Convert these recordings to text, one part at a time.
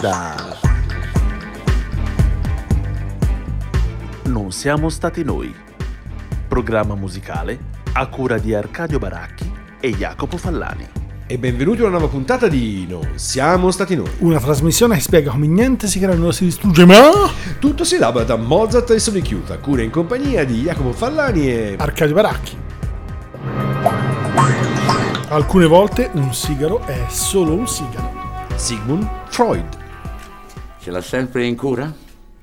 onda. Non siamo stati noi. Programma musicale a cura di Arcadio Baracchi e Jacopo Fallani. E benvenuti a una nuova puntata di Non siamo stati noi. Una trasmissione che spiega come niente si crea, non si distrugge, ma tutto si elabora da Mozart e Sonic Youth, a cura in compagnia di Jacopo Fallani e Arcadio Baracchi. Alcune volte un sigaro è solo un sigaro. Sigmund Freud. Ce l'ha sempre in cura?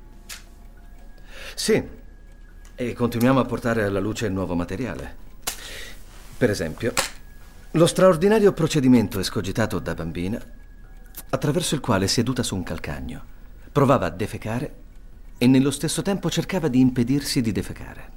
Sì, e continuiamo a portare alla luce il nuovo materiale. Per esempio, lo straordinario procedimento escogitato da bambina, attraverso il quale, seduta su un calcagno, provava a defecare e nello stesso tempo cercava di impedirsi di defecare.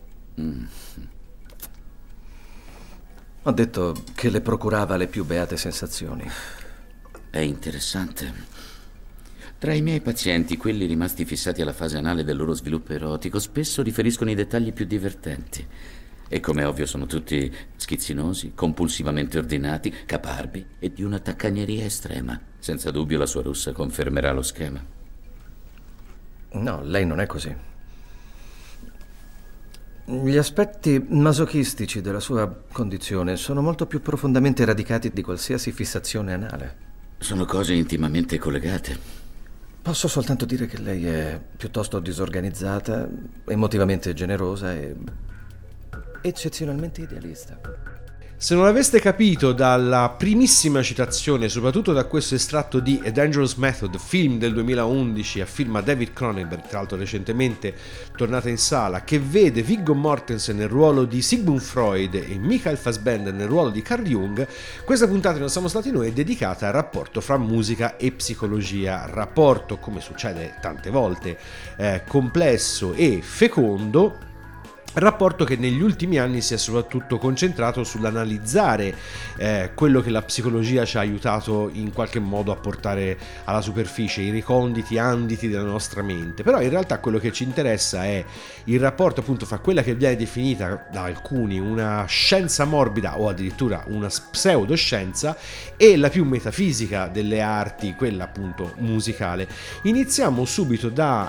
Ho detto che le procurava le più beate sensazioni. È interessante. Tra i miei pazienti, quelli rimasti fissati alla fase anale del loro sviluppo erotico, spesso riferiscono i dettagli più divertenti. E come ovvio sono tutti schizzinosi, compulsivamente ordinati, caparbi e di una taccagneria estrema. Senza dubbio la sua russa confermerà lo schema. No, lei non è così. Gli aspetti masochistici della sua condizione sono molto più profondamente radicati di qualsiasi fissazione anale. Sono cose intimamente collegate. Posso soltanto dire che lei è piuttosto disorganizzata, emotivamente generosa e eccezionalmente idealista. Se non l'aveste capito dalla primissima citazione, soprattutto da questo estratto di A Dangerous Method, film del 2011 a firma David Cronenberg, tra l'altro recentemente tornata in sala, che vede Viggo Mortensen nel ruolo di Sigmund Freud e Michael Fassbender nel ruolo di Carl Jung, questa puntata di Non siamo stati noi è dedicata al rapporto fra musica e psicologia, rapporto, come succede tante volte, complesso e fecondo, rapporto che negli ultimi anni si è soprattutto concentrato sull'analizzare quello che la psicologia ci ha aiutato in qualche modo a portare alla superficie, i reconditi ambiti della nostra mente. Però in realtà quello che ci interessa è il rapporto appunto fra quella che viene definita da alcuni una scienza morbida o addirittura una pseudoscienza e la più metafisica delle arti, quella appunto musicale. Iniziamo subito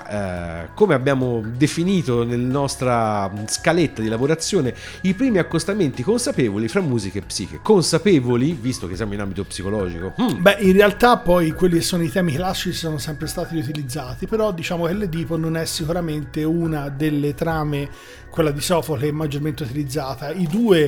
da come abbiamo definito nella nostra scaletta di lavorazione i primi accostamenti consapevoli fra musica e psiche. Consapevoli, visto che siamo in ambito psicologico. Beh, in realtà poi quelli che sono i temi classici sono sempre stati utilizzati, però diciamo che l'Edipo non è sicuramente una delle trame, quella di Sofocle, maggiormente utilizzata. I due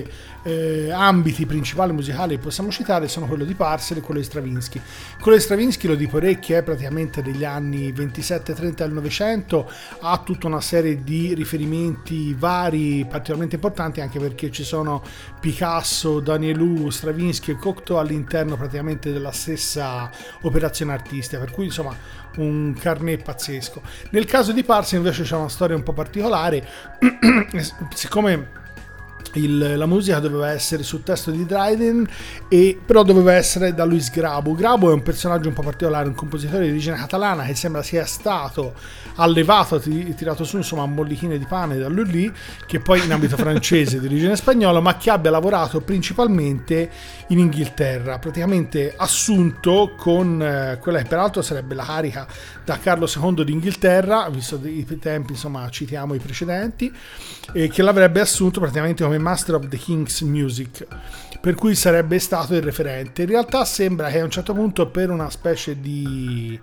ambiti principali musicali che possiamo citare sono quello di Parcel e quello di Stravinsky. Quello di Stravinsky, l'Edipo Re, che è praticamente degli anni 27-30 del Novecento, ha tutta una serie di riferimenti vari particolarmente importanti, anche perché ci sono Picasso, Danielou, Stravinsky e Cocteau all'interno praticamente della stessa operazione artistica, per cui insomma un carnet pazzesco. Nel caso di Parcel invece c'è una storia un po' particolare, siccome la musica doveva essere sul testo di Dryden, e però doveva essere da Luis Grabo. Grabo è un personaggio un po' particolare, un compositore di origine catalana che sembra sia stato allevato, tirato su insomma a mollichine di pane da Lully, che poi in ambito francese di origine spagnola, ma che abbia lavorato principalmente in Inghilterra, praticamente assunto con quella che peraltro sarebbe la carica da Carlo II d'Inghilterra, visto i tempi, insomma citiamo i precedenti, che l'avrebbe assunto praticamente come Master of the King's Music, per cui sarebbe stato il referente. In realtà sembra che a un certo punto, per una specie di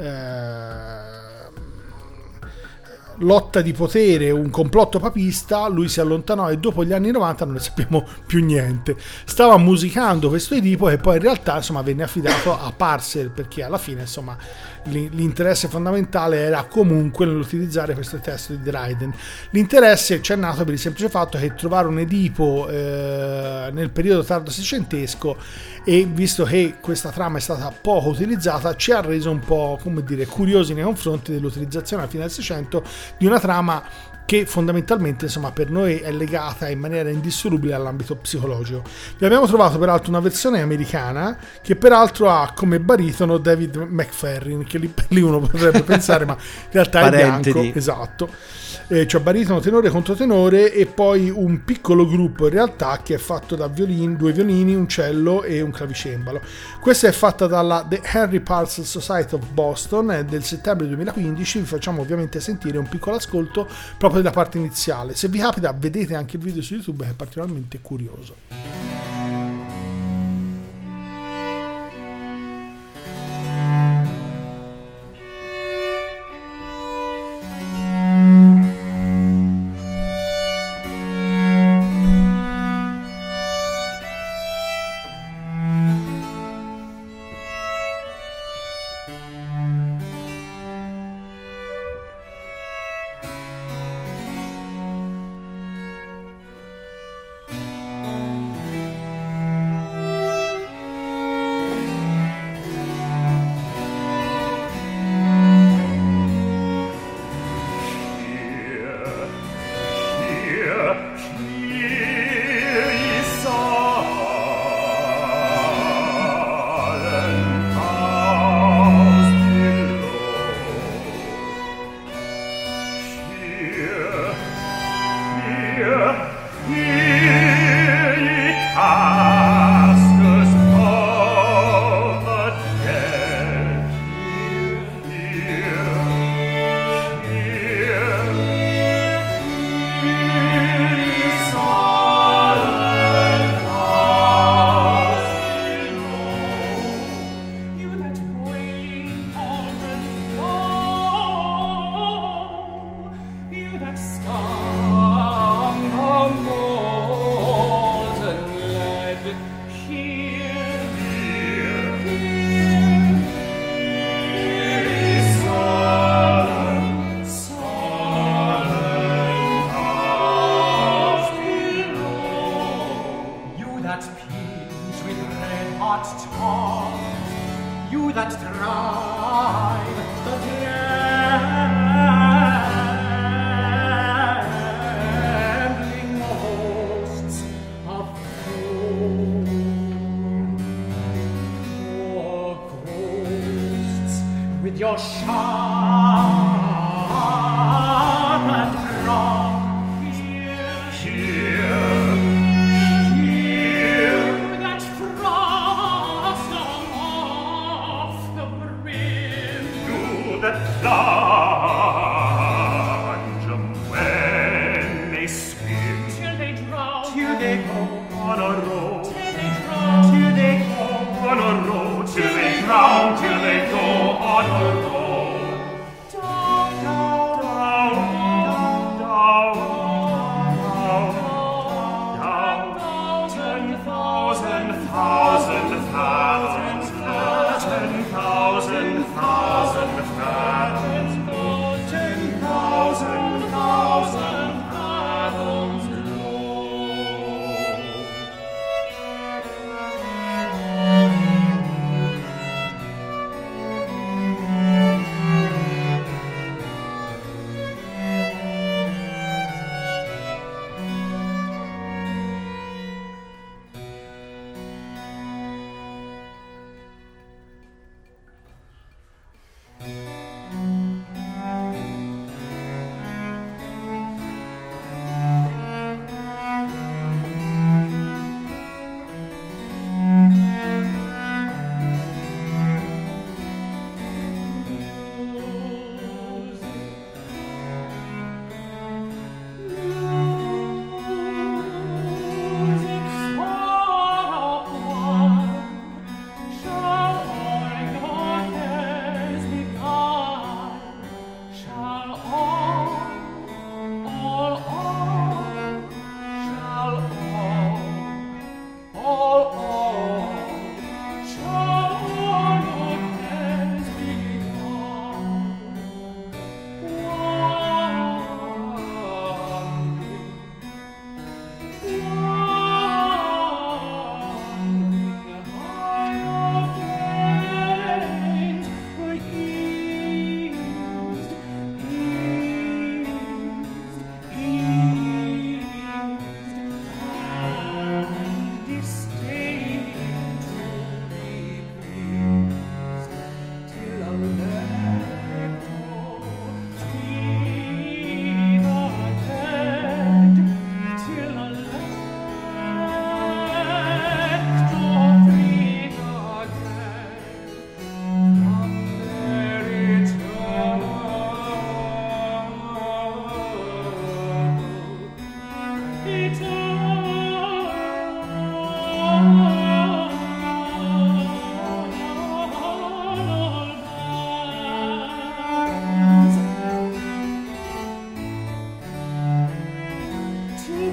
lotta di potere, un complotto papista, lui si allontanò e dopo gli anni 90 non ne sappiamo più niente. Stava musicando questo Edipo e poi in realtà insomma venne affidato a Parcel, perché alla fine insomma l'interesse fondamentale era comunque nell'utilizzare questo testo di Dryden. L'interesse c'è nato per il semplice fatto che trovare un Edipo nel periodo tardo seicentesco, e visto che questa trama è stata poco utilizzata, ci ha reso un po', come dire, curiosi nei confronti dell'utilizzazione alla fine del Seicento di una trama che fondamentalmente insomma per noi è legata in maniera indissolubile all'ambito psicologico. Vi abbiamo trovato peraltro una versione americana che peraltro ha come baritono David McFerrin, che lì per lì uno potrebbe pensare ma in realtà è bianco, esatto. Cioè baritono, tenore, controtenore, e poi un piccolo gruppo in realtà che è fatto da due violini, un cello e un clavicembalo. Questa è fatta dalla The Henry Purcell Society of Boston, è del settembre 2015. Vi facciamo ovviamente sentire un piccolo ascolto proprio della parte iniziale. Se vi capita vedete anche il video su YouTube, che è particolarmente curioso.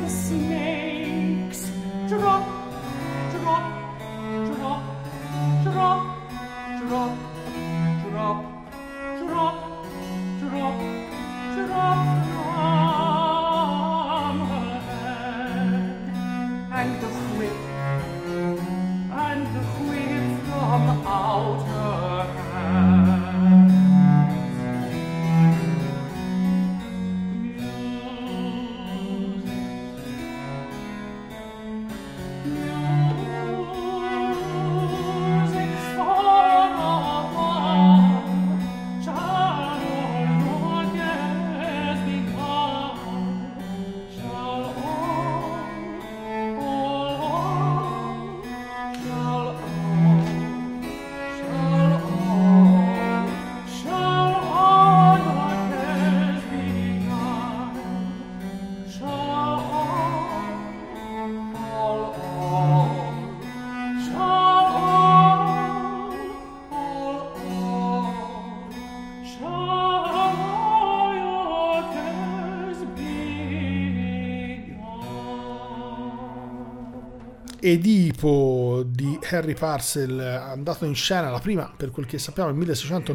Edipo di Harry Purcell, andato in scena la prima, per quel che sappiamo, nel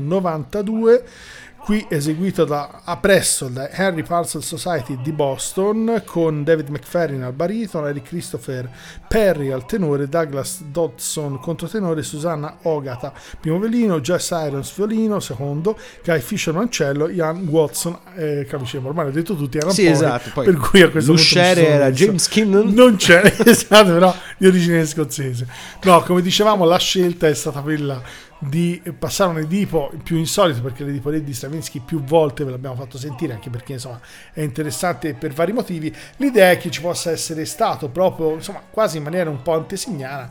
1692, qui eseguito presso da Harry Purcell Society di Boston, con David McFerrin al baritono, Eric Christopher Perry al tenore, Douglas Dodson controtenore, Susanna Ogata primo violino, Jess Irons violino secondo, Guy Fisher mancello, Ian Watson clavicembalo. Ormai ho detto tutti, erano sì, pochi, esatto. Poi per cui a questo l'usciere era James Kinnan, non c'è, esatto, però di origine scozzese. No, come dicevamo, la scelta è stata quella di passare un Edipo più insolito, perché l'Edipo Re di Stravinsky più volte ve l'abbiamo fatto sentire, anche perché insomma è interessante per vari motivi. L'idea è che ci possa essere stato proprio, insomma, quasi in maniera un po' antesignana,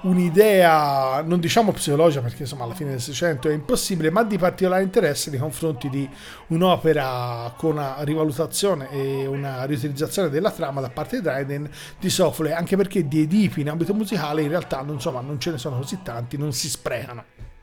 un'idea non diciamo psicologica, perché insomma alla fine del Seicento è impossibile, ma di particolare interesse nei confronti di un'opera con una rivalutazione e una riutilizzazione della trama da parte di Dryden, di Sofole, anche perché di Edipi in ambito musicale in realtà non ce ne sono così tanti, non si sprecano.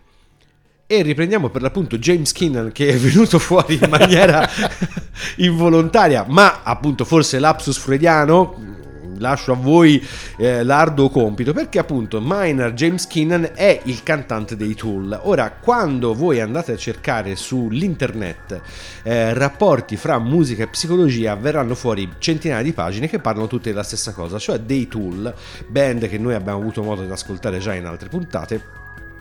E riprendiamo per l'appunto James Kinnan, che è venuto fuori in maniera involontaria, ma appunto forse lapsus freudiano. Lascio a voi l'arduo compito, perché appunto Maynard James Kinnan è il cantante dei Tool. Ora, quando voi andate a cercare sull'internet rapporti fra musica e psicologia, verranno fuori centinaia di pagine che parlano tutte della stessa cosa, cioè dei Tool, band che noi abbiamo avuto modo di ascoltare già in altre puntate,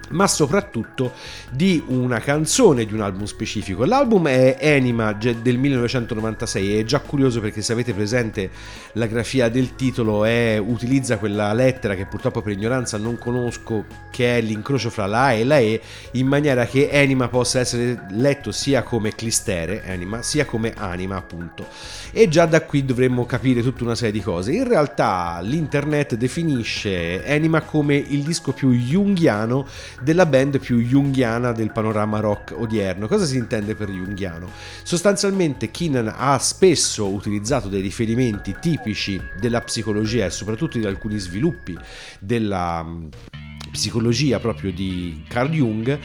ma soprattutto di una canzone di un album specifico. L'album è Anima del 1996, è già curioso perché, se avete presente la grafia del titolo, utilizza quella lettera che purtroppo per ignoranza non conosco, che è l'incrocio fra la A e la E, in maniera che Anima possa essere letto sia come clistere, Anima, sia come anima, appunto. E già da qui dovremmo capire tutta una serie di cose. In realtà l'internet definisce Anima come il disco più junghiano della band più junghiana del panorama rock odierno. Cosa si intende per junghiano? Sostanzialmente Kinnan ha spesso utilizzato dei riferimenti tipici della psicologia e soprattutto di alcuni sviluppi della psicologia proprio di Carl Jung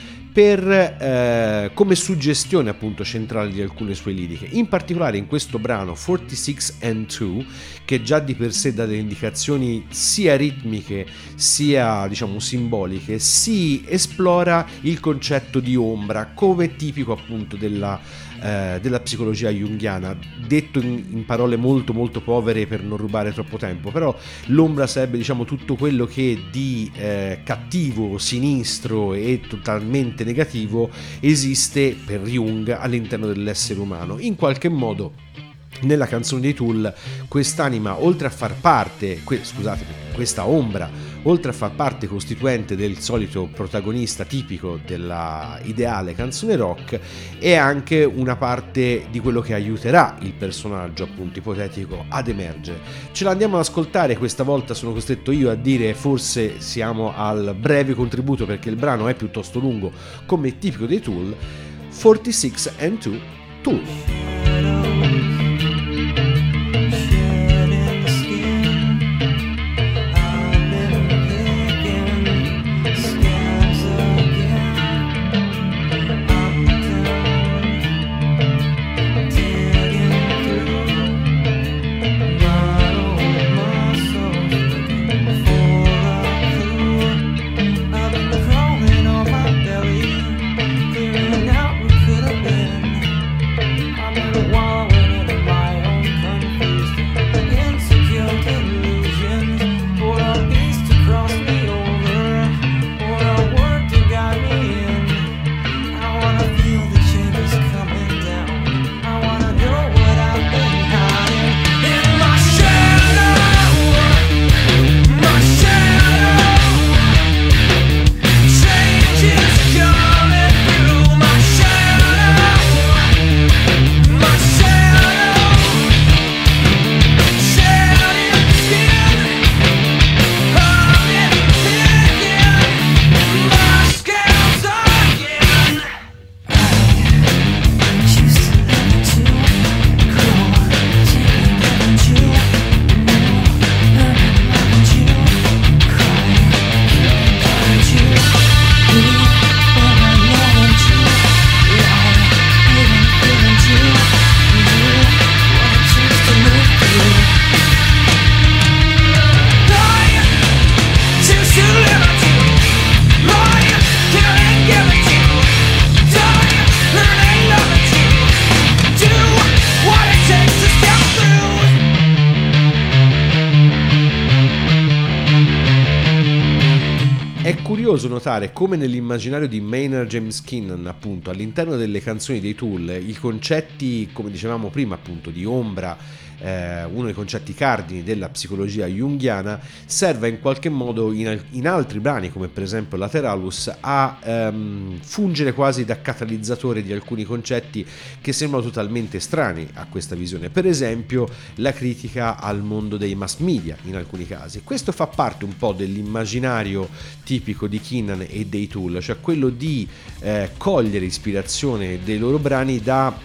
come suggestione appunto centrale di alcune sue liriche. In particolare in questo brano 46 and 2, che già di per sé dà delle indicazioni sia ritmiche sia diciamo simboliche, si esplora il concetto di ombra come tipico appunto della psicologia junghiana, detto in parole molto molto povere per non rubare troppo tempo. Però l'ombra sarebbe diciamo tutto quello che di cattivo, sinistro e totalmente negativo esiste per Jung all'interno dell'essere umano. In qualche modo nella canzone dei Tool quest'anima, oltre a far parte questa ombra, oltre a far parte costituente del solito protagonista tipico della ideale canzone rock, è anche una parte di quello che aiuterà il personaggio appunto ipotetico ad emergere. Ce l'andiamo ad ascoltare, questa volta sono costretto io a dire forse siamo al breve contributo perché il brano è piuttosto lungo come tipico dei Tool. 46 and 2 Tool. Digging through my own curioso notare come nell'immaginario di Maynard James Keenan, appunto, all'interno delle canzoni dei Tool, i concetti, come dicevamo prima, appunto, di ombra, uno dei concetti cardini della psicologia junghiana, serva in qualche modo in altri brani, come per esempio Lateralus, a fungere quasi da catalizzatore di alcuni concetti che sembrano totalmente estranei a questa visione. Per esempio la critica al mondo dei mass media in alcuni casi. Questo fa parte un po' dell'immaginario tipico di Keenan e dei Tool, cioè quello di cogliere ispirazione dei loro brani da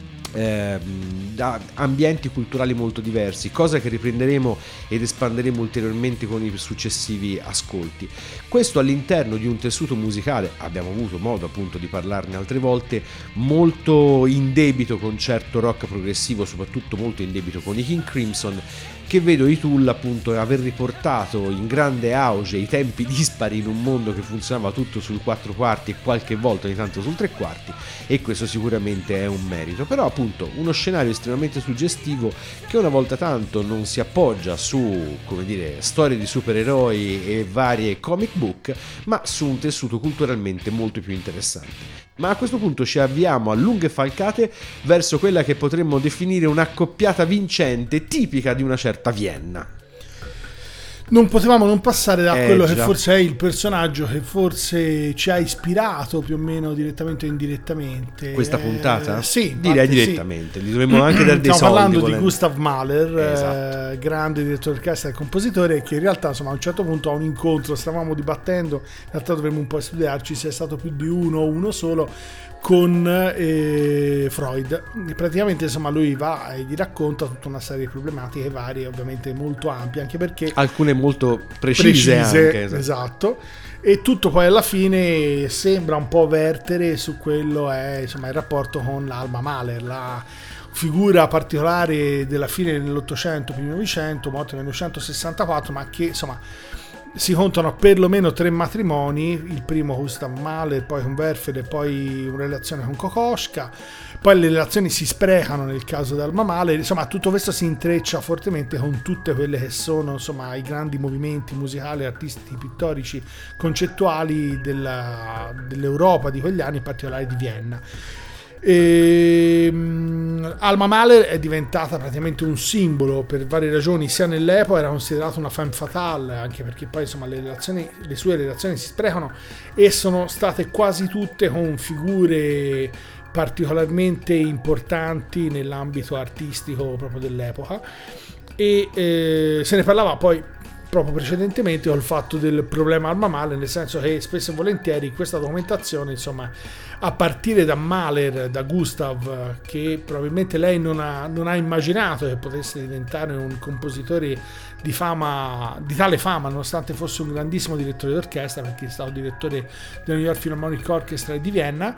ambienti culturali molto diversi, cosa che riprenderemo ed espanderemo ulteriormente con i successivi ascolti. Questo all'interno di un tessuto musicale, abbiamo avuto modo appunto di parlarne altre volte, molto in debito con certo rock progressivo, soprattutto molto in debito con i King Crimson, che vedo i Tool appunto aver riportato in grande auge i tempi dispari in un mondo che funzionava tutto sul 4/4 e qualche volta ogni tanto sul 3/4, e questo sicuramente è un merito. Però appunto uno scenario estremamente suggestivo che una volta tanto non si appoggia su, come dire, storie di supereroi e varie comic book, ma su un tessuto culturalmente molto più interessante. Ma a questo punto ci avviamo a lunghe falcate verso quella che potremmo definire un'accoppiata vincente tipica di una certa Vienna. Non potevamo non passare da quello che forse è il personaggio che forse ci ha ispirato più o meno direttamente o indirettamente. Questa puntata? Sì, direi direttamente. Sì. Gli dovremmo anche dare dei soldi. Stiamo parlando volendo. di Gustav Mahler, esatto. Grande direttore d'orchestra e compositore, che in realtà insomma a un certo punto a un incontro stavamo dibattendo, in realtà dovremmo un po' studiarci se è stato più di uno o uno solo, con Freud. Praticamente insomma lui va e gli racconta tutta una serie di problematiche varie, ovviamente molto ampie, anche perché alcune molto precise anche, esatto. E tutto poi alla fine sembra un po' vertere su quello è insomma il rapporto con l'Alma Mahler, la figura particolare della fine dell'Ottocento, primo Novecento, morto nel 1964, ma che insomma si contano perlomeno 3 matrimoni, il primo Gustav Mahler, poi con Werfel e poi una relazione con Kokoschka, poi le relazioni si sprecano nel caso di Alma Mahler, insomma tutto questo si intreccia fortemente con tutte quelle che sono insomma i grandi movimenti musicali, artistici, pittorici, concettuali dell'Europa di quegli anni, in particolare di Vienna. Alma Mahler è diventata praticamente un simbolo per varie ragioni, sia nell'epoca era considerata una femme fatale, anche perché poi insomma le sue relazioni si sprecano e sono state quasi tutte con figure particolarmente importanti nell'ambito artistico proprio dell'epoca, e se ne parlava poi proprio precedentemente col fatto del problema Alma Mahler, nel senso che spesso e volentieri questa documentazione insomma a partire da Mahler, da Gustav, che probabilmente lei non ha immaginato che potesse diventare un compositore di tale fama, nonostante fosse un grandissimo direttore d'orchestra, perché è stato direttore del New York Philharmonic Orchestra e di Vienna.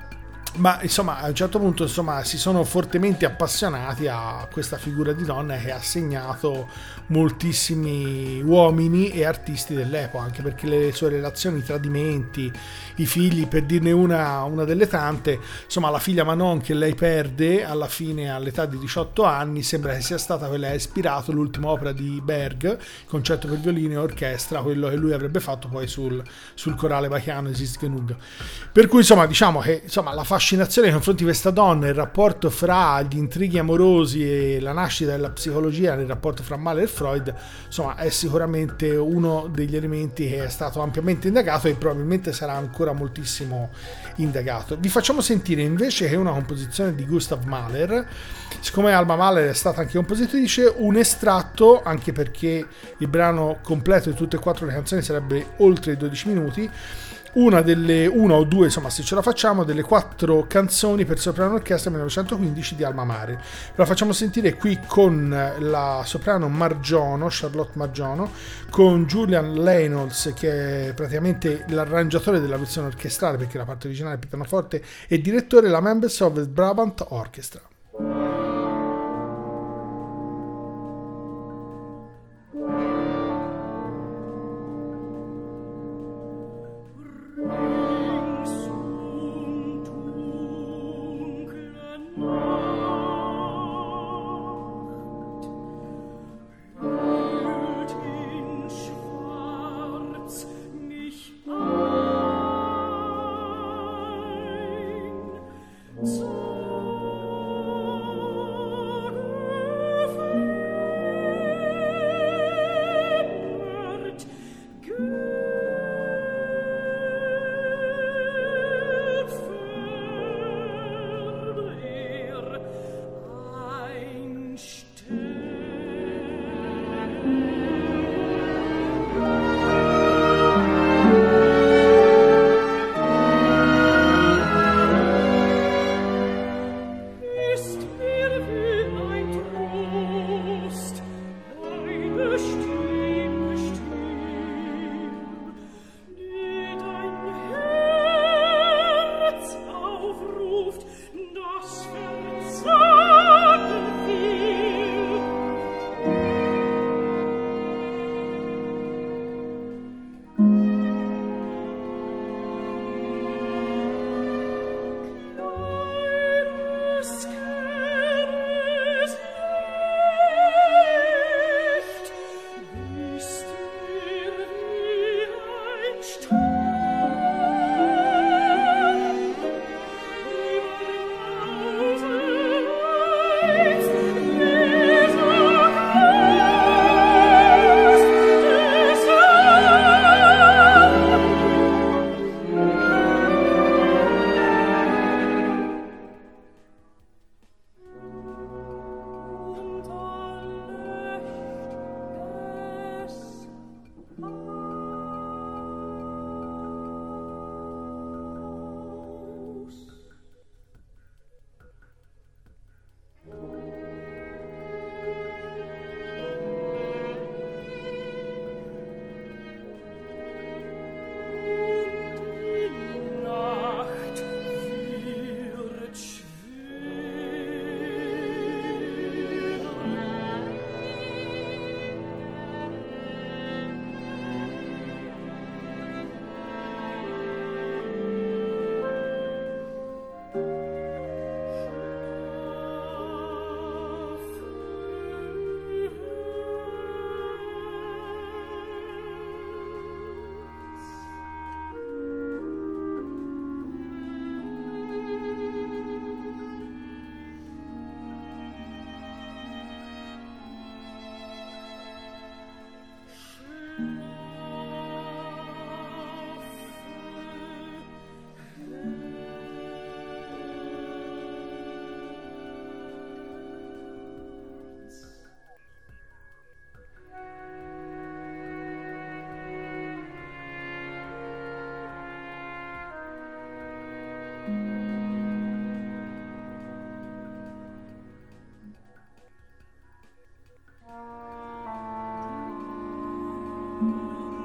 Ma insomma a un certo punto insomma si sono fortemente appassionati a questa figura di donna che ha segnato moltissimi uomini e artisti dell'epoca, anche perché le sue relazioni, i tradimenti, i figli, per dirne una delle tante, insomma la figlia Manon che lei perde alla fine all'età di 18 anni sembra che sia stata quella che ha ispirato l'ultima opera di Berg, concerto per violino e orchestra, quello che lui avrebbe fatto poi sul corale bachiano Esist Genug. Per cui insomma diciamo che insomma la fascinazione nei confronti di questa donna, il rapporto fra gli intrighi amorosi e la nascita della psicologia nel rapporto fra Mahler e Freud, insomma è sicuramente uno degli elementi che è stato ampiamente indagato e probabilmente sarà ancora moltissimo indagato. Vi facciamo sentire invece che è una composizione di Gustav Mahler, siccome Alma Mahler è stata anche compositrice, un estratto, anche perché il brano completo di tutte e 4 le canzoni sarebbe oltre i 12 minuti, una o due, insomma se ce la facciamo, delle 4 canzoni per soprano orchestra 1915 di Alma Mahler. La facciamo sentire qui con la soprano Margiono, Charlotte Margiono, con Julian Reynolds che è praticamente l'arrangiatore della versione orchestrale, perché la parte originale è per pianoforte, e direttore la Members of the Brabant Orchestra. Oh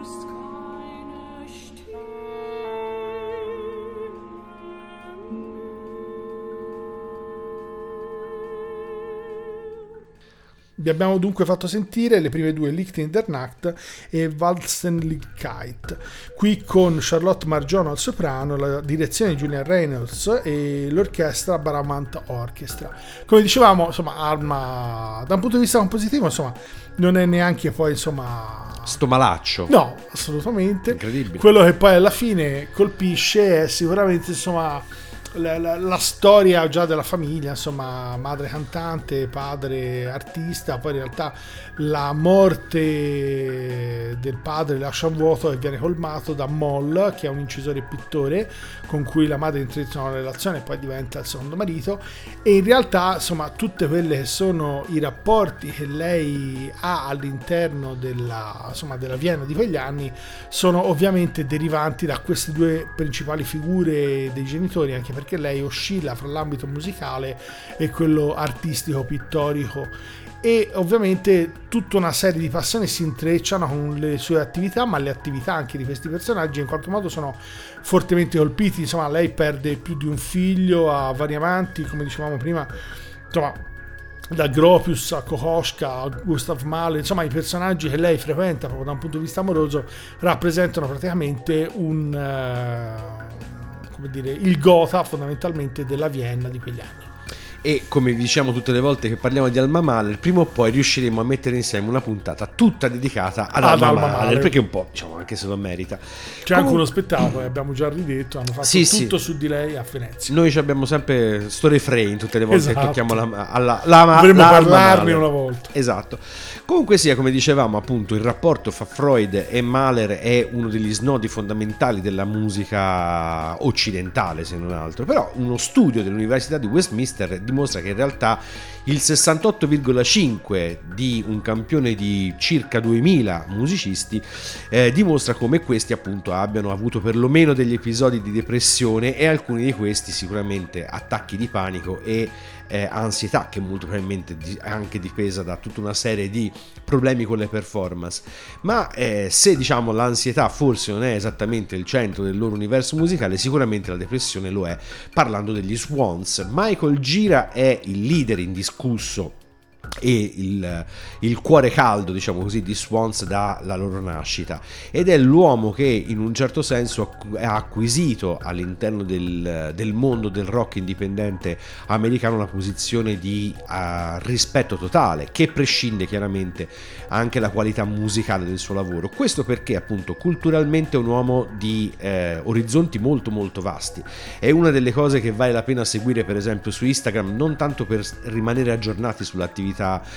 Vi abbiamo dunque fatto sentire le prime due, Licht in der Nacht e Walzenlichkeit, qui con Charlotte Margione al soprano, la direzione di Julian Reynolds e l'orchestra Baramant Orchestra. Come dicevamo, insomma, Alma da un punto di vista compositivo, insomma, non è neanche poi, insomma, sto malaccio. No, assolutamente. Incredibile. Quello che poi alla fine colpisce è sicuramente, insomma, la storia già della famiglia, insomma, madre cantante, padre artista. Poi in realtà la morte del padre lascia un vuoto che viene colmato da Moll, che è un incisore e pittore con cui la madre intreccia una relazione e poi diventa il secondo marito. E in realtà, insomma, tutte quelle che sono i rapporti che lei ha all'interno della, insomma, della Vienna di quegli anni sono ovviamente derivanti da queste due principali figure dei genitori, anche perché lei oscilla fra l'ambito musicale e quello artistico, pittorico, e ovviamente tutta una serie di passioni si intrecciano con le sue attività, ma le attività anche di questi personaggi in qualche modo sono fortemente colpiti. Insomma, lei perde più di un figlio, ha vari amanti, come dicevamo prima, insomma, da Gropius a Kokoschka a Gustav Mahler, insomma i personaggi che lei frequenta proprio da un punto di vista amoroso rappresentano praticamente come dire, il Gotha fondamentalmente della Vienna di quegli anni. E come diciamo tutte le volte che parliamo di Alma Mahler, prima o poi riusciremo a mettere insieme una puntata tutta dedicata ad Alma Mahler, perché un po', diciamo, anche se lo merita. C'è anche uno spettacolo, abbiamo già ridetto, hanno fatto tutto su di lei a Venezia. Noi abbiamo sempre sto refrain tutte le volte che tocchiamo dovremmo parlarne una volta. Esatto. Comunque sia, come dicevamo, appunto, il rapporto fra Freud e Mahler è uno degli snodi fondamentali della musica occidentale, se non altro. Però uno studio dell'Università di Westminster dimostra che in realtà il 68,5 di un campione di circa 2000 musicisti dimostra come questi appunto abbiano avuto perlomeno degli episodi di depressione, e alcuni di questi sicuramente attacchi di panico e ansietà, che molto probabilmente è anche dipesa da tutta una serie di problemi con le performance. Ma se diciamo l'ansietà forse non è esattamente il centro del loro universo musicale, sicuramente la depressione lo è, parlando degli Swans. Michael Gira è il leader indiscusso e il cuore caldo, diciamo così, di Swans dalla loro nascita, ed è l'uomo che in un certo senso ha acquisito all'interno del mondo del rock indipendente americano una posizione di rispetto totale, che prescinde chiaramente anche la qualità musicale del suo lavoro. Questo perché appunto culturalmente è un uomo di orizzonti molto molto vasti. È una delle cose che vale la pena seguire per esempio su Instagram, non tanto per rimanere aggiornati sull'attività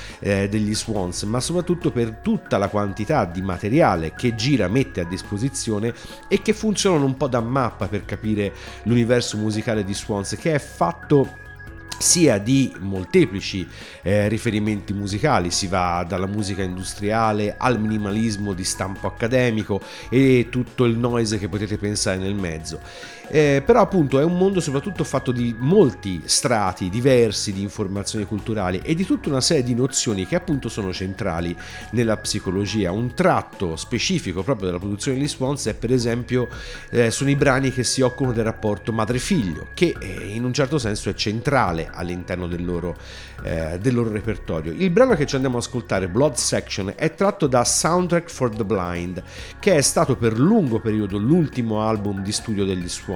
degli Swans, ma soprattutto per tutta la quantità di materiale che Gira mette a disposizione e che funzionano un po' da mappa per capire l'universo musicale di Swans, che è fatto sia di molteplici riferimenti musicali. Si va dalla musica industriale al minimalismo di stampo accademico e tutto il noise che potete pensare nel mezzo. Però appunto è un mondo soprattutto fatto di molti strati diversi di informazioni culturali e di tutta una serie di nozioni che appunto sono centrali nella psicologia. Un tratto specifico proprio della produzione degli Swans è per esempio sono i brani che si occupano del rapporto madre-figlio, che in un certo senso è centrale all'interno del loro repertorio. Il brano che ci andiamo ad ascoltare, Blood Section, è tratto da Soundtrack for the Blind, che è stato per lungo periodo l'ultimo album di studio degli Swans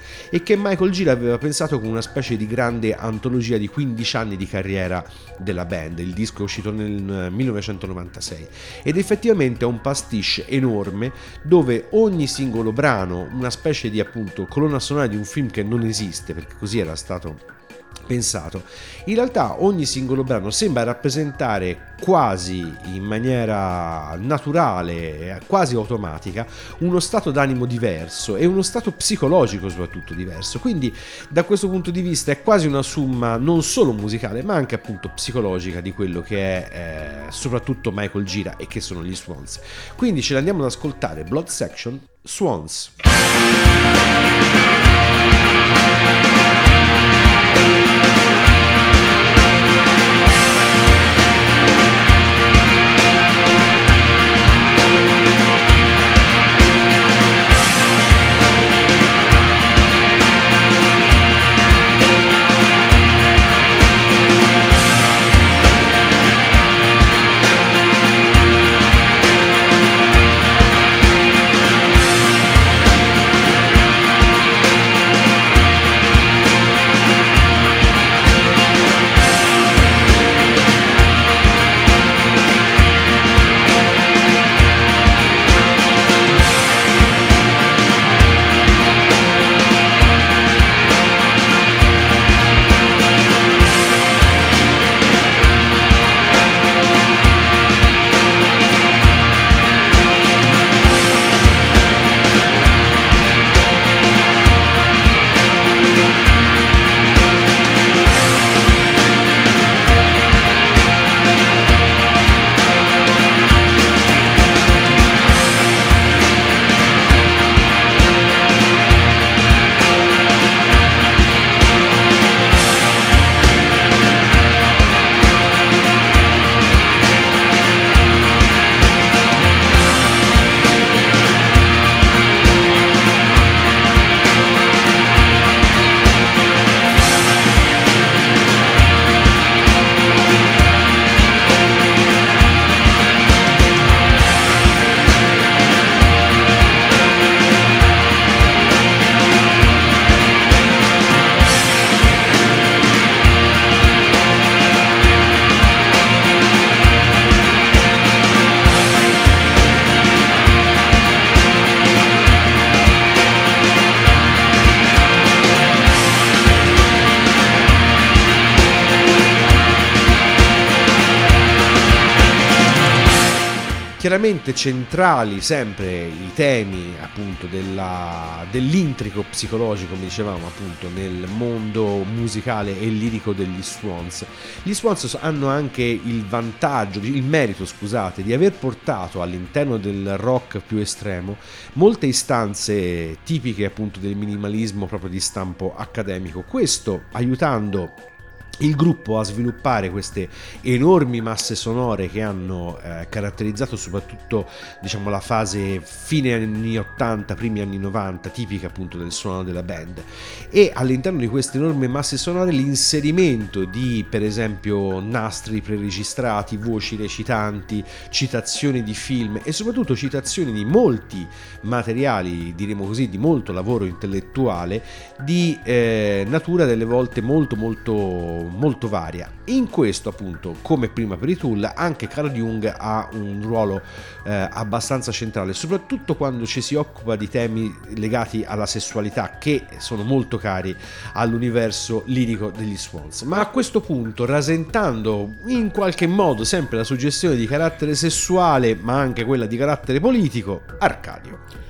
e che Michael Gira aveva pensato come una specie di grande antologia di 15 anni di carriera della band. Il disco è uscito nel 1996 ed effettivamente è un pastiche enorme dove ogni singolo brano, una specie di appunto colonna sonora di un film che non esiste, perché così era stato pensato. In realtà ogni singolo brano sembra rappresentare quasi in maniera naturale, quasi automatica, uno stato d'animo diverso e uno stato psicologico soprattutto diverso. Quindi da questo punto di vista è quasi una somma non solo musicale ma anche appunto psicologica di quello che è soprattutto Michael Gira e che sono gli Swans. Quindi ce l'andiamo ad ascoltare, Blood Section, Swans. Chiaramente centrali sempre i temi appunto dell'intrico psicologico, come dicevamo appunto, nel mondo musicale e lirico degli Swans. Gli Swans hanno anche il merito, di aver portato all'interno del rock più estremo molte istanze tipiche appunto del minimalismo proprio di stampo accademico, questo aiutando il gruppo a sviluppare queste enormi masse sonore che hanno caratterizzato soprattutto, diciamo, la fase fine anni 80, primi anni 90, tipica appunto del suono della band. E all'interno di queste enormi masse sonore l'inserimento di, per esempio, nastri preregistrati, voci recitanti, citazioni di film e soprattutto citazioni di molti materiali, diremo così, di molto lavoro intellettuale di natura delle volte molto varia. In questo appunto, come prima per i Tool, anche Carl Jung ha un ruolo abbastanza centrale, soprattutto quando ci si occupa di temi legati alla sessualità che sono molto cari all'universo lirico degli Swans. Ma a questo punto, rasentando in qualche modo sempre la suggestione di carattere sessuale ma anche quella di carattere politico, Arcadio.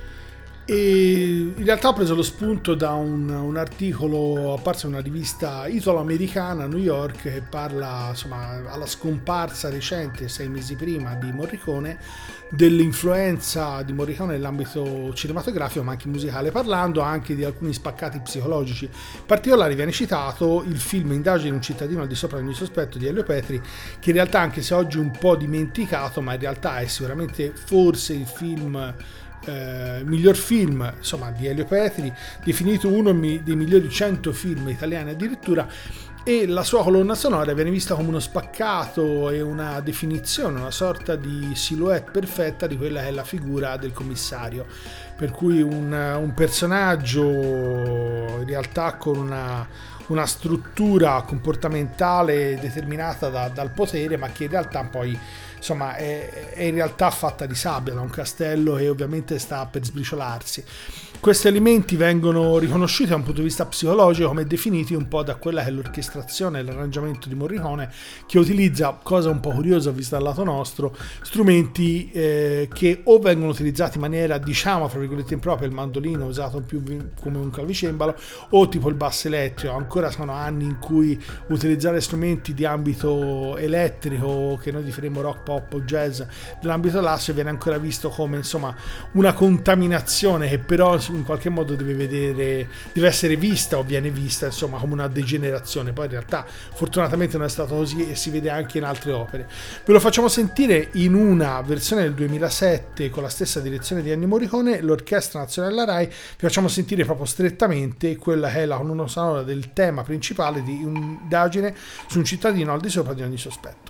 E in realtà ho preso lo spunto da un articolo apparso in una rivista italo-americana a New York che parla, insomma, alla scomparsa recente, 6 mesi prima, di Morricone, dell'influenza di Morricone nell'ambito cinematografico ma anche musicale, parlando anche di alcuni spaccati psicologici. In particolare viene citato il film Indagine di un cittadino al di sopra di ogni sospetto di Elio Petri, che in realtà, anche se oggi un po' dimenticato, ma in realtà è sicuramente forse il film miglior film, insomma, di Elio Petri, definito uno dei migliori 100 film italiani addirittura, e la sua colonna sonora viene vista come uno spaccato e una definizione, una sorta di silhouette perfetta di quella che è la figura del commissario, per cui un personaggio in realtà con una struttura comportamentale determinata dal potere, ma che in realtà poi, insomma, è in realtà fatta di sabbia, da un castello che ovviamente sta per sbriciolarsi. Questi elementi vengono riconosciuti da un punto di vista psicologico come definiti un po' da quella che è l'orchestrazione e l'arrangiamento di Morricone, che utilizza, cosa un po' curiosa vista dal lato nostro, strumenti che o vengono utilizzati in maniera, diciamo, fra virgolette impropria, il mandolino usato più come un clavicembalo, o tipo il basso elettrico. Ancora sono anni in cui utilizzare strumenti di ambito elettrico, che noi definiremo rock, pop o jazz, nell'ambito classico viene ancora visto come, insomma, una contaminazione che però in qualche modo deve essere vista, o viene vista, insomma, come una degenerazione. Poi in realtà fortunatamente non è stato così e si vede anche in altre opere. Ve lo facciamo sentire in una versione del 2007 con la stessa direzione di Ennio Morricone, l'Orchestra Nazionale della Rai. Vi facciamo sentire proprio strettamente quella che è la colonna sonora del tema principale di Un'indagine su un cittadino al di sopra di ogni sospetto.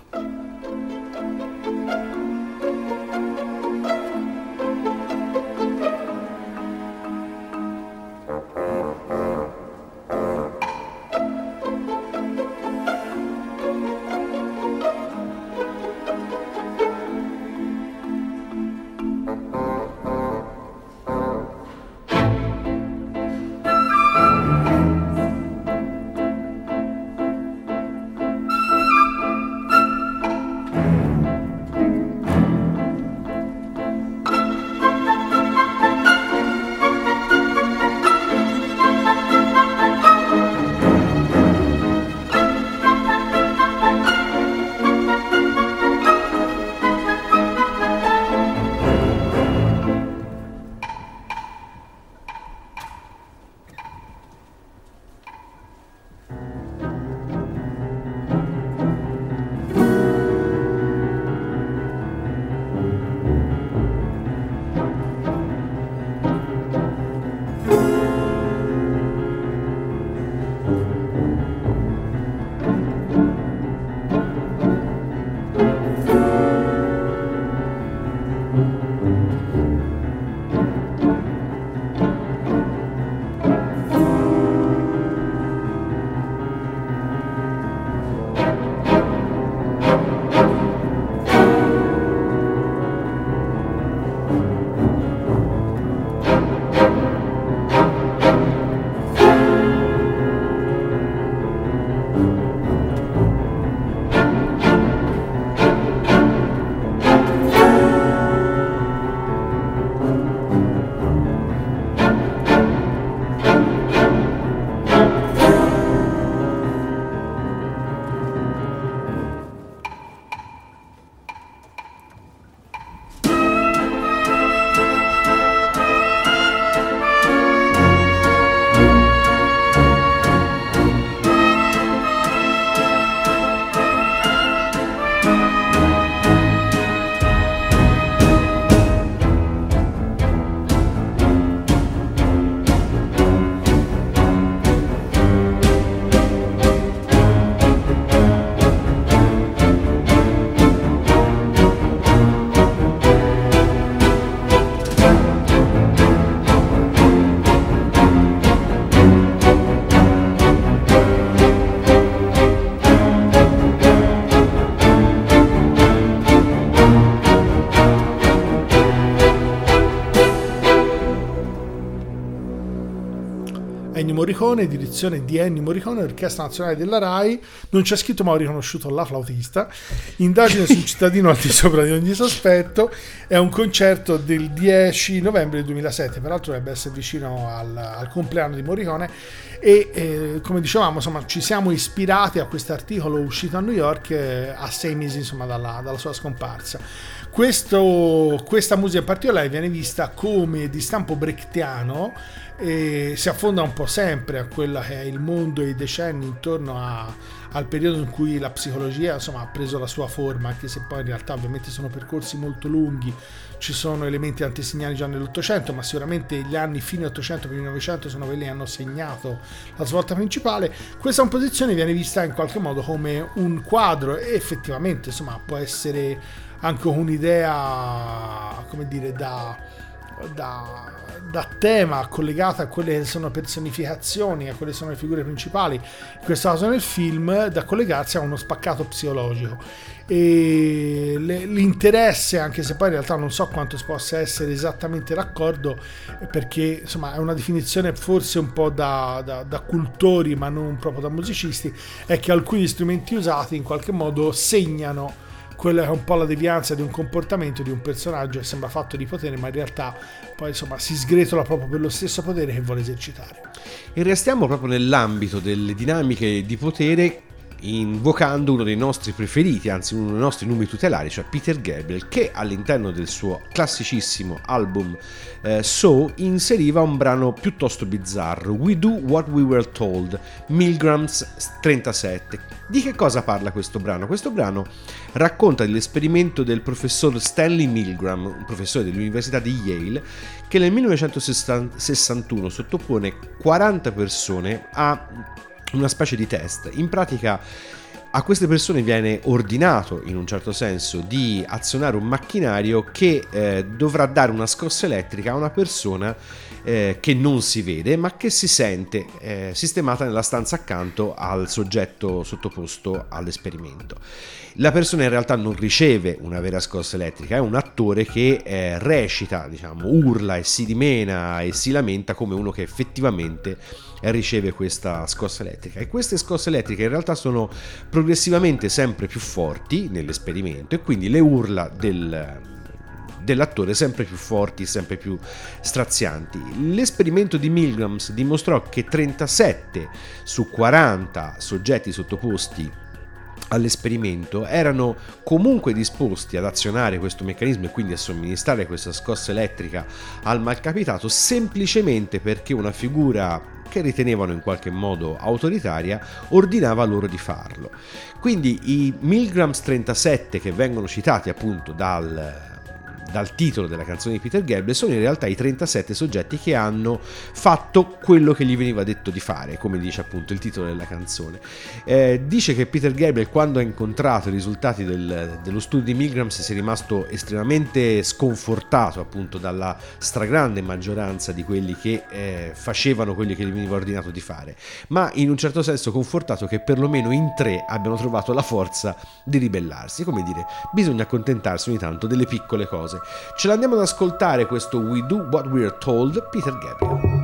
Ennio Morricone, direzione di Ennio Morricone, Orchestra Nazionale della RAI, non c'è scritto ma ho riconosciuto la flautista, indagine su un cittadino al di sopra di ogni sospetto, è un concerto del 10 novembre del 2007, peraltro dovrebbe essere vicino al compleanno di Morricone, e come dicevamo, insomma, ci siamo ispirati a questo articolo uscito a New York a 6 mesi, insomma, dalla sua scomparsa. Questa musica in particolare viene vista come di stampo brechtiano e si affonda un po' sempre a quello che è il mondo e i decenni intorno al periodo in cui la psicologia, insomma, ha preso la sua forma, anche se poi in realtà ovviamente sono percorsi molto lunghi, ci sono elementi antesignani già nell'Ottocento, ma sicuramente gli anni fine 800 primi 900 sono quelli che hanno segnato la svolta principale. Questa composizione viene vista in qualche modo come un quadro e effettivamente, insomma, può essere anche un'idea, come dire, da tema collegata a quelle che sono personificazioni, a quelle che sono le figure principali, in questo caso nel film, da collegarsi a uno spaccato psicologico. E l'interesse, anche se poi in realtà non so quanto possa essere esattamente d'accordo, perché insomma è una definizione forse un po' da cultori ma non proprio da musicisti, è che alcuni strumenti usati in qualche modo segnano quella che è un po' la devianza di un comportamento di un personaggio che sembra fatto di potere, ma in realtà poi insomma si sgretola proprio per lo stesso potere che vuole esercitare. E restiamo proprio nell'ambito delle dinamiche di potere, invocando uno dei nostri preferiti, anzi uno dei nostri numi tutelari, cioè Peter Gabriel, che all'interno del suo classicissimo album So inseriva un brano piuttosto bizzarro, We Do What We Were Told, Milgrams 37. Di che cosa parla questo brano? Questo brano racconta dell'esperimento del professor Stanley Milgram, un professore dell'Università di Yale, che nel 1961 sottopone 40 persone a una specie di test. In pratica a queste persone viene ordinato, in un certo senso, di azionare un macchinario che dovrà dare una scossa elettrica a una persona che non si vede ma che si sente sistemata nella stanza accanto al soggetto sottoposto all'esperimento. La persona in realtà non riceve una vera scossa elettrica, è un attore che recita, diciamo, urla e si dimena e si lamenta come uno che effettivamente riceve questa scossa elettrica, e queste scosse elettriche in realtà sono progressivamente sempre più forti nell'esperimento, e quindi le urla dell'attore sempre più forti, sempre più strazianti. L'esperimento di Milgrams dimostrò che 37 su 40 soggetti sottoposti all'esperimento erano comunque disposti ad azionare questo meccanismo e quindi a somministrare questa scossa elettrica al malcapitato, semplicemente perché una figura che ritenevano in qualche modo autoritaria ordinava loro di farlo. Quindi i Milgrams 37 che vengono citati appunto dal titolo della canzone di Peter Gabriel sono in realtà i 37 soggetti che hanno fatto quello che gli veniva detto di fare, come dice appunto il titolo della canzone. Dice che Peter Gabriel, quando ha incontrato i risultati dello studio di Milgrams, si è rimasto estremamente sconfortato appunto dalla stragrande maggioranza di quelli che facevano quelli che gli veniva ordinato di fare, ma in un certo senso confortato che perlomeno in 3 abbiano trovato la forza di ribellarsi. Come dire, bisogna accontentarsi ogni tanto delle piccole cose. Ce l'andiamo ad ascoltare questo We Do What We're Told, Peter Gabriel.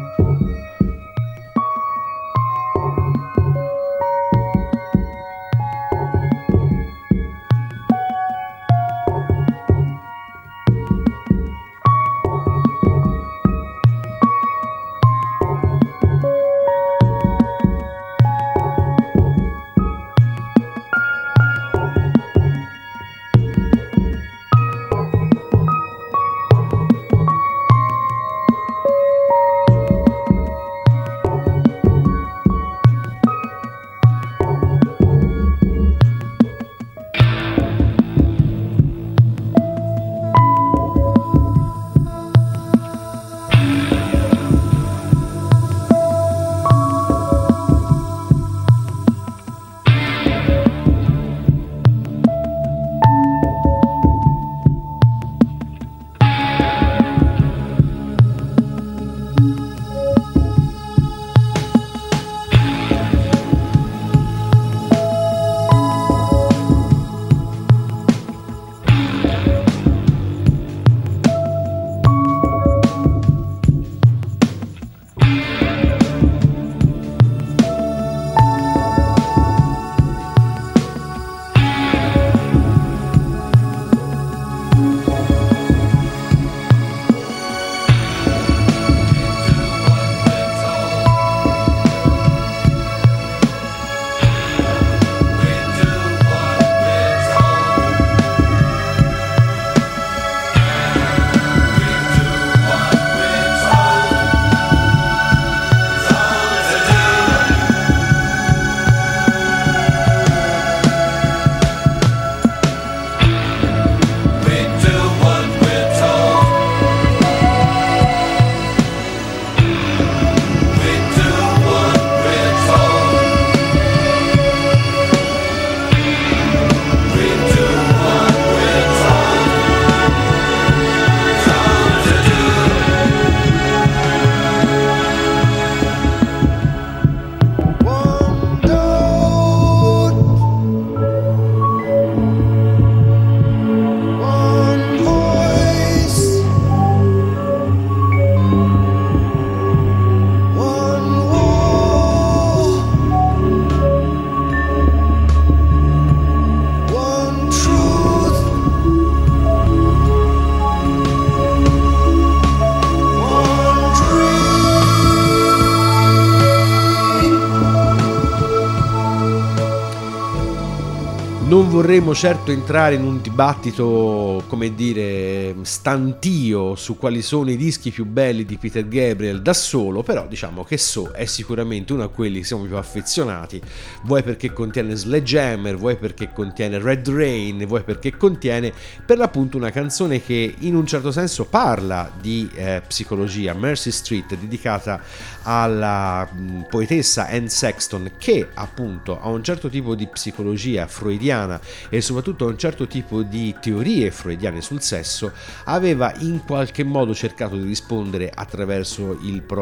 vorremmo certo entrare in un dibattito, come dire, stantio su quali sono i dischi più belli di Peter Gabriel da solo, però diciamo che So è sicuramente uno di quelli che siamo più affezionati, vuoi perché contiene Sledgehammer, vuoi perché contiene Red Rain, vuoi perché contiene per l'appunto una canzone che in un certo senso parla di psicologia, Mercy Street, dedicata alla poetessa Anne Sexton, che appunto ha un certo tipo di psicologia freudiana e soprattutto a un certo tipo di teorie freudiane sul sesso, aveva in qualche modo cercato di rispondere attraverso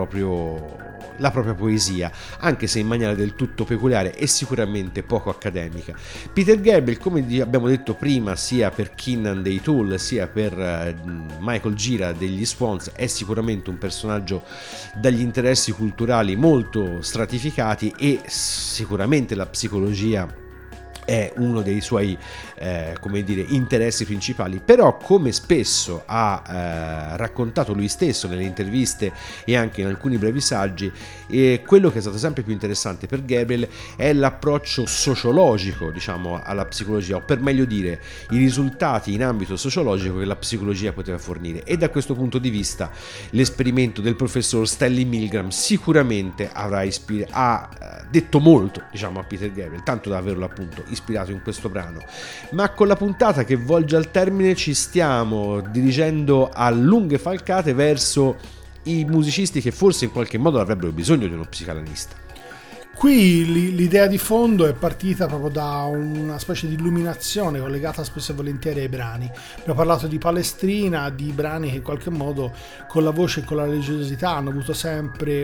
la propria poesia, anche se in maniera del tutto peculiare e sicuramente poco accademica. Peter Gabriel, come abbiamo detto prima, sia per Keenan dei Tool sia per Michael Gira degli Swans, è sicuramente un personaggio dagli interessi culturali molto stratificati e sicuramente la psicologia è uno dei suoi come dire, interessi principali, però come spesso ha raccontato lui stesso nelle interviste e anche in alcuni brevi saggi, quello che è stato sempre più interessante per Gabriel è l'approccio sociologico, diciamo, alla psicologia, o per meglio dire i risultati in ambito sociologico che la psicologia poteva fornire, e da questo punto di vista l'esperimento del professor Stanley Milgram sicuramente ha detto molto, diciamo, a Peter Gabriel, tanto da averlo appunto ispirato in questo brano. Ma con la puntata che volge al termine ci stiamo dirigendo a lunghe falcate verso i musicisti che forse in qualche modo avrebbero bisogno di uno psicanalista. Qui l'idea di fondo è partita proprio da una specie di illuminazione collegata spesso e volentieri ai brani. Abbiamo parlato di Palestrina, di brani che in qualche modo con la voce e con la religiosità hanno avuto sempre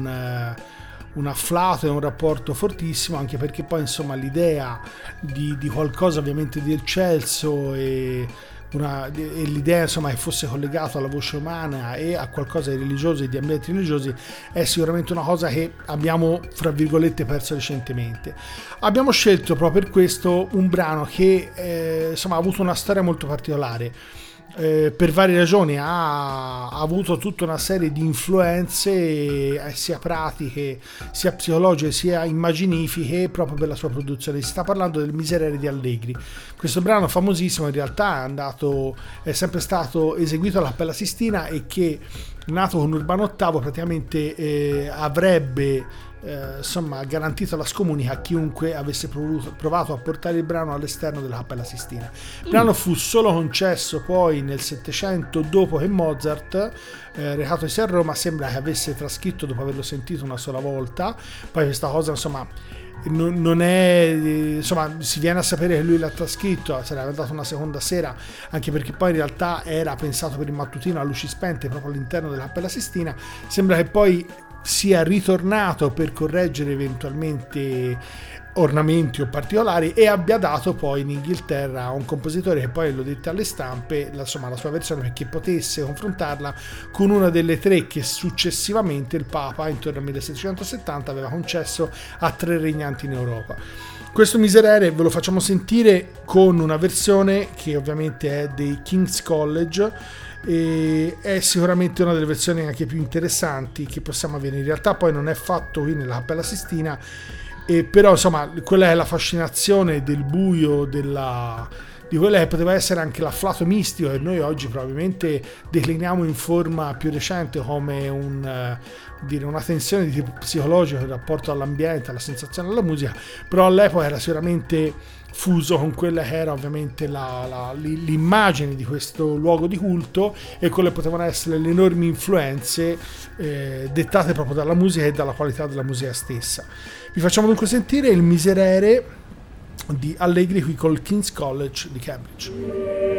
un afflato e un rapporto fortissimo, anche perché poi insomma l'idea di qualcosa ovviamente di eccelso e l'idea insomma che fosse collegato alla voce umana e a qualcosa di religioso e di ambienti religiosi è sicuramente una cosa che abbiamo fra virgolette perso recentemente. Abbiamo scelto proprio per questo un brano che insomma ha avuto una storia molto particolare. Per varie ragioni ha avuto tutta una serie di influenze sia pratiche, sia psicologiche, sia immaginifiche proprio per la sua produzione. Si sta parlando del Miserere di Allegri. Questo brano famosissimo in realtà è sempre stato eseguito all'Appella Sistina e che, nato con Urbano VIII, praticamente avrebbe insomma garantito la scomunica a chiunque avesse provato a portare il brano all'esterno della Cappella Sistina. Il brano fu solo concesso poi nel Settecento, dopo che Mozart, recatosi a Roma, sembra che avesse trascritto dopo averlo sentito una sola volta. Poi questa cosa insomma non è, insomma, si viene a sapere che lui l'ha trascritto, sarebbe andato una seconda sera, anche perché poi in realtà era pensato per il mattutino a luci spente proprio all'interno della Cappella Sistina. Sembra che poi sia ritornato per correggere eventualmente ornamenti o particolari e abbia dato poi in Inghilterra a un compositore che poi lo dette alle stampe la sua versione, perché potesse confrontarla con una delle tre che successivamente il Papa intorno al 1770 aveva concesso a 3 regnanti in Europa. Questo Miserere ve lo facciamo sentire con una versione che ovviamente è dei King's College, e è sicuramente una delle versioni anche più interessanti che possiamo avere. In realtà poi non è fatto qui nella Cappella Sistina, però insomma quella è la fascinazione del buio, di quella che poteva essere anche l'afflato mistico che noi oggi probabilmente decliniamo in forma più recente come una tensione di tipo psicologico in rapporto all'ambiente, alla sensazione della musica, però all'epoca era sicuramente fuso con quella che era ovviamente l'immagine di questo luogo di culto e quelle potevano essere le enormi influenze dettate proprio dalla musica e dalla qualità della musica stessa. Vi facciamo dunque sentire il Miserere di Allegri qui col King's College di Cambridge.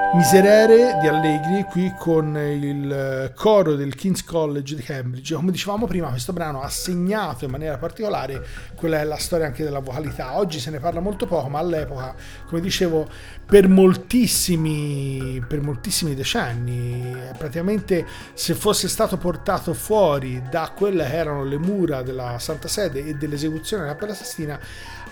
Miserere di Allegri qui con il coro del King's College di Cambridge. Come dicevamo prima, questo brano ha segnato in maniera particolare quella è la storia anche della vocalità. Oggi se ne parla molto poco, ma all'epoca, come dicevo, per moltissimi decenni, praticamente se fosse stato portato fuori da quelle che erano le mura della Santa Sede e dell'esecuzione della Cappella Sistina,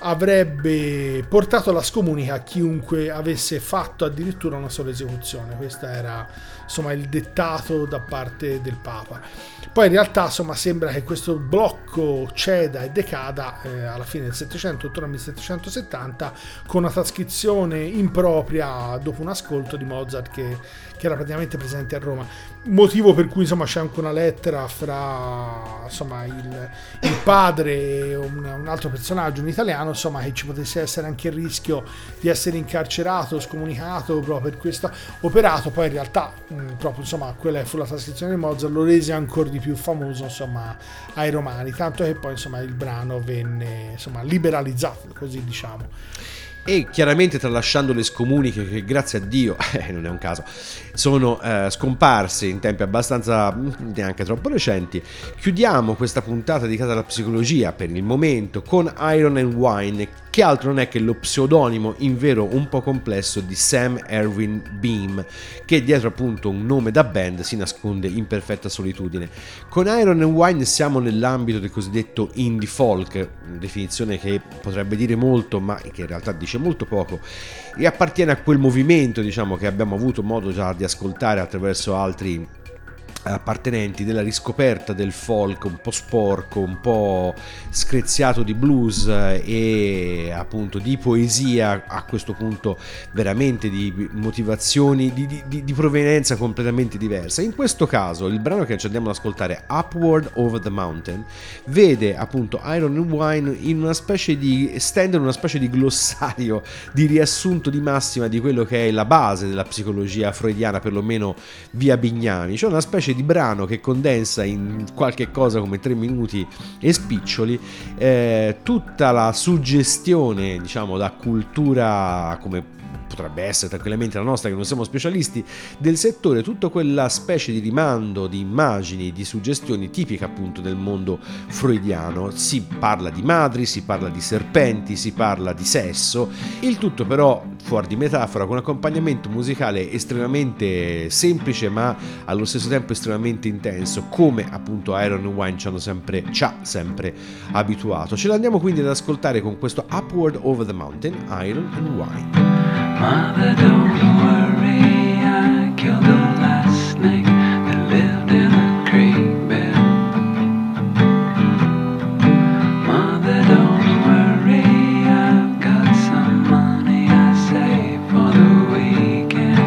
avrebbe portato la scomunica a chiunque avesse fatto addirittura una sola esecuzione. Questo era insomma il dettato da parte del Papa. Poi in realtà insomma sembra che questo blocco ceda e decada alla fine del 700, attorno al 1770, con una trascrizione impropria dopo un ascolto di Mozart che era praticamente presente a Roma, motivo per cui insomma c'è anche una lettera fra insomma il padre e un altro personaggio, un italiano, insomma, che ci potesse essere anche il rischio di essere incarcerato, scomunicato proprio per questo operato. Poi in realtà proprio insomma quella fu la trascrizione di Mozart, lo rese ancora di più famoso insomma ai romani, tanto che poi insomma il brano venne insomma liberalizzato, così diciamo. E chiaramente tralasciando le scomuniche che grazie a Dio, non è un caso, sono scomparse in tempi abbastanza neanche troppo recenti, chiudiamo questa puntata dedicata alla psicologia per il momento con Iron and Wine, che altro non è che lo pseudonimo invero un po' complesso di Sam Erwin Beam, che dietro appunto un nome da band si nasconde in perfetta solitudine. Con Iron and Wine siamo nell'ambito del cosiddetto indie folk, definizione che potrebbe dire molto ma che in realtà dice molto poco, e appartiene a quel movimento, diciamo, che abbiamo avuto modo già di ascoltare attraverso altri appartenenti, della riscoperta del folk un po' sporco, un po' screziato di blues e appunto di poesia, a questo punto veramente di motivazioni di provenienza completamente diversa. In questo caso il brano che ci andiamo ad ascoltare, Upward Over the Mountain, vede appunto Iron and Wine in una specie di estendere una specie di glossario, di riassunto di massima di quello che è la base della psicologia freudiana, perlomeno via Bignami, cioè una specie di brano che condensa in qualche cosa come 3 minuti e spiccioli tutta la suggestione, diciamo, da cultura come potrebbe essere tranquillamente la nostra, che non siamo specialisti del settore, tutta quella specie di rimando, di immagini, di suggestioni tipica appunto del mondo freudiano. Si parla di madri, si parla di serpenti, si parla di sesso, il tutto però fuori di metafora, con un accompagnamento musicale estremamente semplice ma allo stesso tempo estremamente intenso, come appunto Iron and Wine ci ha sempre abituato. Ce l'andiamo quindi ad ascoltare con questo Upward Over the Mountain, Iron and Wine. Mother, don't worry, I killed the last snake that lived in a creek bed. Mother, don't worry, I've got some money I saved for the weekend.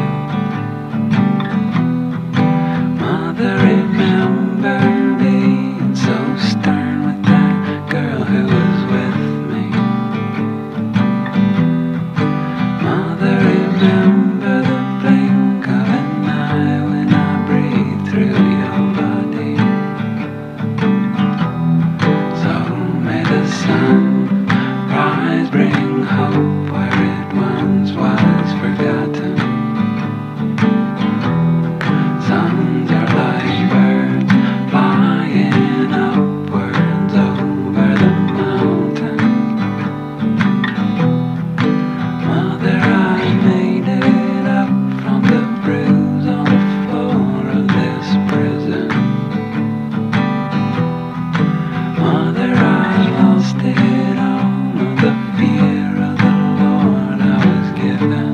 Mother, remember being so stern with that girl who was with me. Remember the blink of an eye when I breathe through your body. So may the sun rise, bring hope where it once was forgotten. Suns are like birds flying upwards over the mountain. Mother, I made it up from the bruise on the floor of this prison. Mother, I lost it all of the fear of the Lord I was given.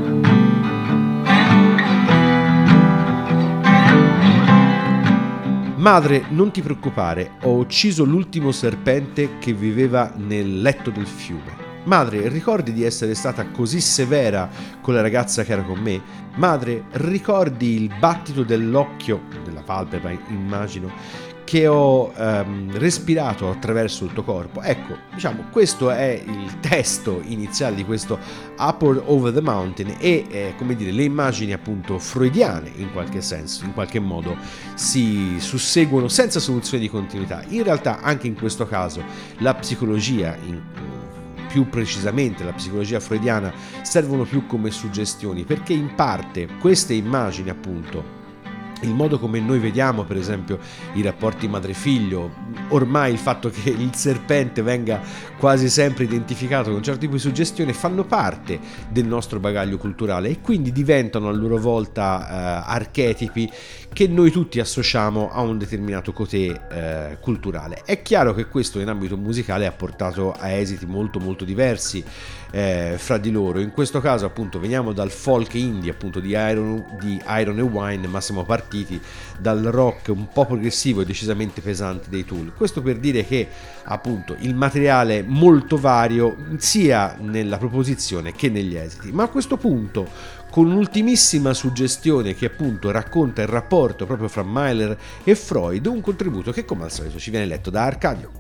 Madre, non ti preoccupare, ho ucciso l'ultimo serpente che viveva nel letto del fiume. Madre, ricordi di essere stata così severa con la ragazza che era con me? Madre, ricordi il battito dell'occhio, della palpebra immagino, che ho respirato attraverso il tuo corpo? Ecco, diciamo, questo è il testo iniziale di questo Upward Over the Mountain e, come dire, le immagini appunto freudiane in qualche senso, in qualche modo si susseguono senza soluzione di continuità. In realtà anche in questo caso la psicologia più precisamente la psicologia freudiana servono più come suggestioni, perché in parte queste immagini, appunto, il modo come noi vediamo per esempio i rapporti madre-figlio, ormai il fatto che il serpente venga quasi sempre identificato con un certo tipo di suggestione, fanno parte del nostro bagaglio culturale e quindi diventano a loro volta archetipi che noi tutti associamo a un determinato cotè culturale. È chiaro che questo in ambito musicale ha portato a esiti molto molto diversi fra di loro. In questo caso appunto veniamo dal folk indie appunto di Iron e Wine, ma siamo partiti dal rock un po' progressivo e decisamente pesante dei Tool. Questo per dire che appunto il materiale molto vario sia nella proposizione che negli esiti. Ma a questo punto, con un'ultimissima suggestione che appunto racconta il rapporto proprio fra Mahler e Freud, un contributo che come al solito ci viene letto da Arcadio.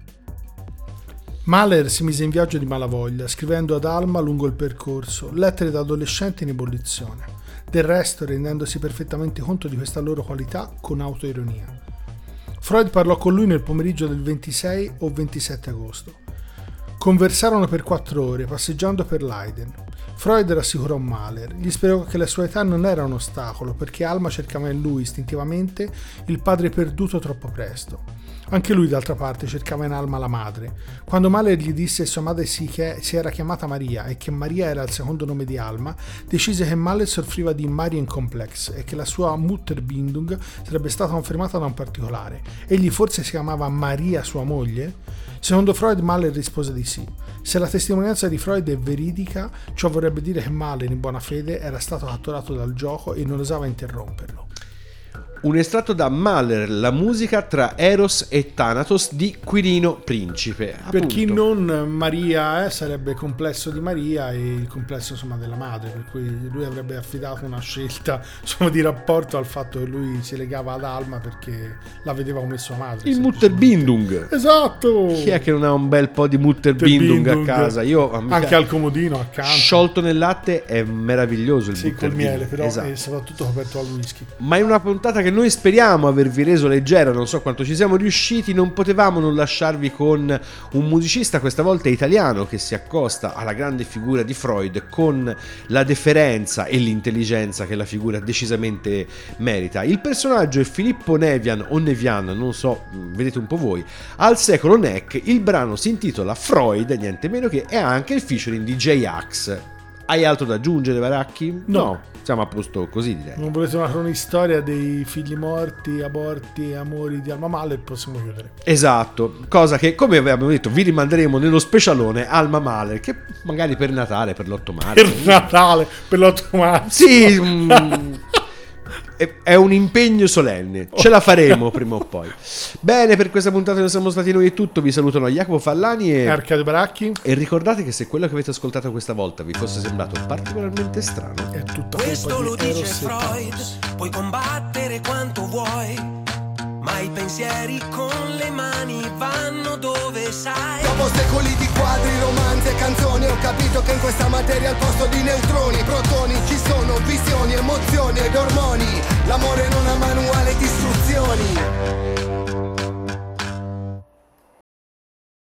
Mahler si mise in viaggio di malavoglia, scrivendo ad Alma lungo il percorso lettere da adolescente in ebollizione, del resto rendendosi perfettamente conto di questa loro qualità con autoironia. Freud parlò con lui nel pomeriggio del 26 o 27 agosto. Conversarono per 4 ore, passeggiando per Leiden. Freud rassicurò Mahler, gli spiegò che la sua età non era un ostacolo, perché Alma cercava in lui istintivamente il padre perduto troppo presto. Anche lui, d'altra parte, cercava in Alma la madre. Quando Mahler gli disse che sua madre si era chiamata Maria e che Maria era il secondo nome di Alma, decise che Mahler soffriva di Marienkomplex e che la sua Mutterbindung sarebbe stata confermata da un particolare. Egli forse si chiamava Maria, sua moglie? Secondo Freud, Mahler rispose di sì. Se la testimonianza di Freud è veridica, ciò vorrebbe dire che Mahler, in buona fede, era stato catturato dal gioco e non osava interromperlo. Un estratto da Mahler, la musica tra Eros e Thanatos di Quirino Principe. Per chi non Maria sarebbe complesso di Maria e il complesso insomma della madre, per cui lui avrebbe affidato una scelta insomma di rapporto al fatto che lui si legava ad Alma perché la vedeva come sua madre. Il Mutterbindung. Esatto. Chi è che non ha un bel po' di Mutterbindung a casa? Io anche al comodino accanto. Sciolto nel latte è meraviglioso il sì, col miele, però esatto. È soprattutto coperto al whisky. Ma in una puntata che noi speriamo avervi reso leggera, non so quanto ci siamo riusciti, non potevamo non lasciarvi con un musicista questa volta italiano che si accosta alla grande figura di Freud con la deferenza e l'intelligenza che la figura decisamente merita. Il personaggio è Filippo Nevian o Nevian, non so, vedete un po' voi. Al secolo NEC il brano si intitola Freud, niente meno che, e ha anche il featuring di J-Ax. Hai altro da aggiungere, Baracchi? No. Siamo a posto così, direi. Non volete una cronistoria dei figli morti, aborti e amori di Alma Mahler? Possiamo chiudere. Esatto, cosa che, come avevamo detto, vi rimanderemo nello specialone Alma Mahler, che magari per Natale, per l'8 marzo. Per Natale, per l'8 marzo. Sì, è un impegno solenne, ce la faremo prima o poi. Bene, per questa puntata non siamo stati noi e tutto. Vi salutano Jacopo Fallani e Arcadio Baracchi. E ricordate che se quello che avete ascoltato questa volta vi fosse sembrato particolarmente strano, è tutta questo lo dice Eros Freud. Puoi combattere quanto vuoi, ma i pensieri con le mani vanno dove sai. Dopo secoli di quadri, romanzi e canzoni, ho capito che in questa materia al posto di neutroni, protoni, ci sono visioni, emozioni ed ormoni. L'amore non ha manuale di istruzioni.